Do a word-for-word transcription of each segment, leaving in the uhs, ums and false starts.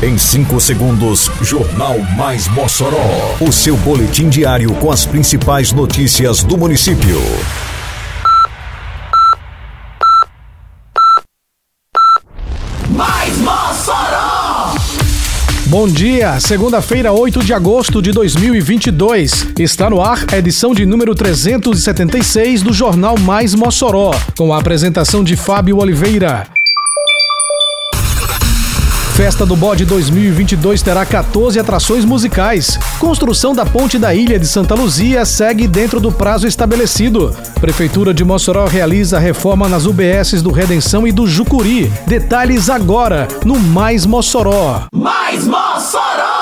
Em cinco segundos, Jornal Mais Mossoró. O seu boletim diário com as principais notícias do município. Mais Mossoró! Bom dia, segunda-feira, oito de agosto de dois mil e vinte e dois. Está no ar a edição de número trezentos e setenta e seis do Jornal Mais Mossoró, com a apresentação de Fábio Oliveira. Festa do Bode dois mil e vinte e dois terá quatorze atrações musicais. Construção da ponte da Ilha de Santa Luzia segue dentro do prazo estabelecido. Prefeitura de Mossoró realiza reforma nas U B Ss do Redenção e do Jucuri. Detalhes agora no Mais Mossoró. Mais Mossoró!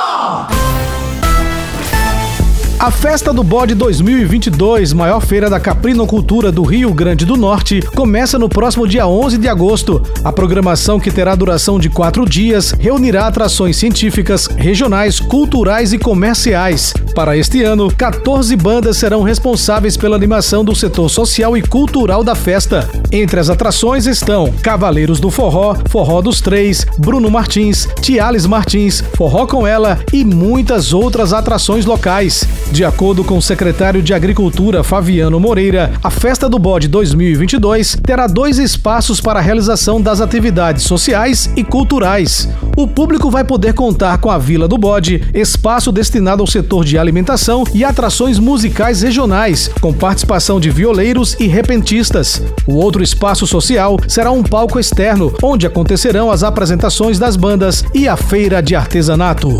A Festa do Bode dois mil e vinte e dois, maior feira da caprinocultura do Rio Grande do Norte, começa no próximo dia onze de agosto. A programação, que terá duração de quatro dias, reunirá atrações científicas, regionais, culturais e comerciais. Para este ano, quatorze bandas serão responsáveis pela animação do setor social e cultural da festa. Entre as atrações estão Cavaleiros do Forró, Forró dos Três, Bruno Martins, Tiales Martins, Forró com Ela e muitas outras atrações locais. De acordo com o secretário de Agricultura, Fabiano Moreira, a Festa do Bode dois mil e vinte e dois terá dois espaços para a realização das atividades sociais e culturais. O público vai poder contar com a Vila do Bode, espaço destinado ao setor de alimentação e atrações musicais regionais, com participação de violeiros e repentistas. O outro espaço social será um palco externo, onde acontecerão as apresentações das bandas e a feira de artesanato.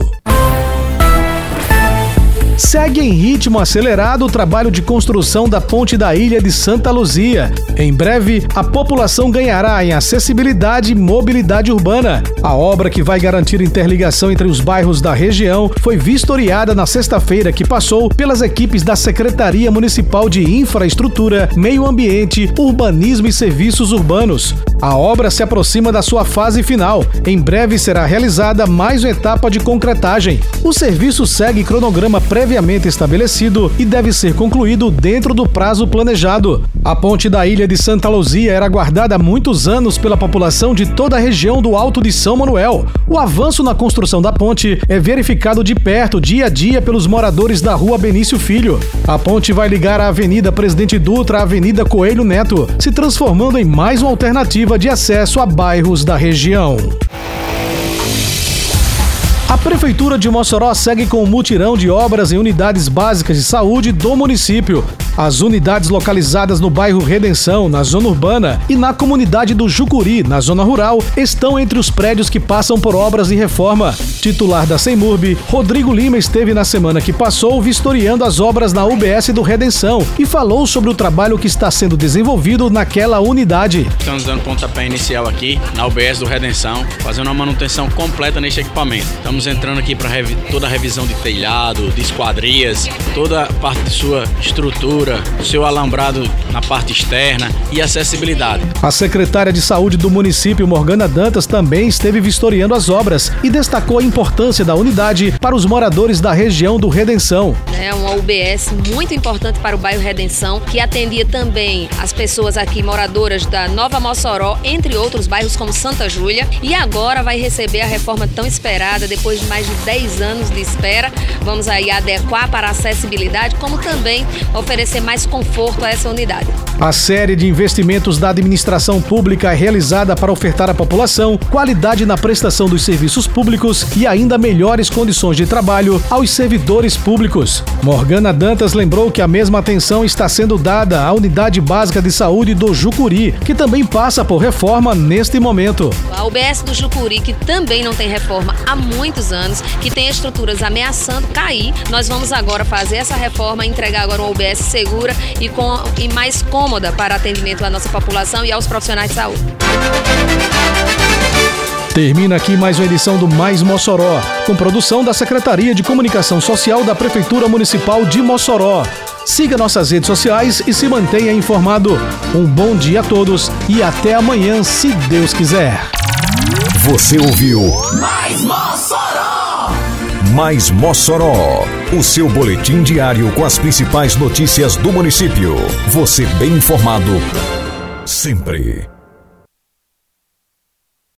Segue em ritmo acelerado o trabalho de construção da ponte da Ilha de Santa Luzia. Em breve, a população ganhará em acessibilidade e mobilidade urbana. A obra, que vai garantir interligação entre os bairros da região, foi vistoriada na sexta-feira que passou pelas equipes da Secretaria Municipal de Infraestrutura, Meio Ambiente, Urbanismo e Serviços Urbanos. A obra se aproxima da sua fase final. Em breve será realizada mais uma etapa de concretagem. O serviço segue cronograma previamente estabelecido e deve ser concluído dentro do prazo planejado. A ponte da Ilha de Santa Luzia era aguardada há muitos anos pela população de toda a região do Alto de São Manuel. O avanço na construção da ponte é verificado de perto, dia a dia, pelos moradores da Rua Benício Filho. A ponte vai ligar a Avenida Presidente Dutra à Avenida Coelho Neto, se transformando em mais uma alternativa de acesso a bairros da região. A Prefeitura de Mossoró segue com o mutirão de obras em unidades básicas de saúde do município. As unidades localizadas no bairro Redenção, na zona urbana, e na comunidade do Jucuri, na zona rural, estão entre os prédios que passam por obras de reforma. Titular da Semurb, Rodrigo Lima, esteve na semana que passou vistoriando as obras na U B S do Redenção e falou sobre o trabalho que está sendo desenvolvido naquela unidade. Estamos dando pontapé inicial aqui na U B S do Redenção, fazendo uma manutenção completa neste equipamento. Estamos entrando aqui para revi- toda a revisão de telhado, de esquadrias, toda a parte de sua estrutura, seu alambrado na parte externa e acessibilidade. A secretária de Saúde do município, Morgana Dantas, também esteve vistoriando as obras e destacou a importância da unidade para os moradores da região do Redenção. É uma U B S muito importante para o bairro Redenção, que atendia também as pessoas aqui moradoras da Nova Mossoró, entre outros bairros como Santa Júlia, e agora vai receber a reforma tão esperada depois de mais de dez anos de espera. Vamos aí adequar para a acessibilidade, como também oferecer mais conforto a essa unidade. A série de investimentos da administração pública é realizada para ofertar à população qualidade na prestação dos serviços públicos e ainda melhores condições de trabalho aos servidores públicos. Morgana Dantas lembrou que a mesma atenção está sendo dada à Unidade Básica de Saúde do Jucuri, que também passa por reforma neste momento. A U B S do Jucuri, que também não tem reforma há muitos anos, que tem estruturas ameaçando cair, nós vamos agora fazer essa reforma e entregar agora uma U B S segura e, com, e mais cômoda para atendimento à nossa população e aos profissionais de saúde. Termina aqui mais uma edição do Mais Mossoró, com produção da Secretaria de Comunicação Social da Prefeitura Municipal de Mossoró. Siga nossas redes sociais e se mantenha informado. Um bom dia a todos e até amanhã, se Deus quiser. Você ouviu Mais Mossoró! Mais Mossoró, o seu boletim diário com as principais notícias do município. Você bem informado sempre.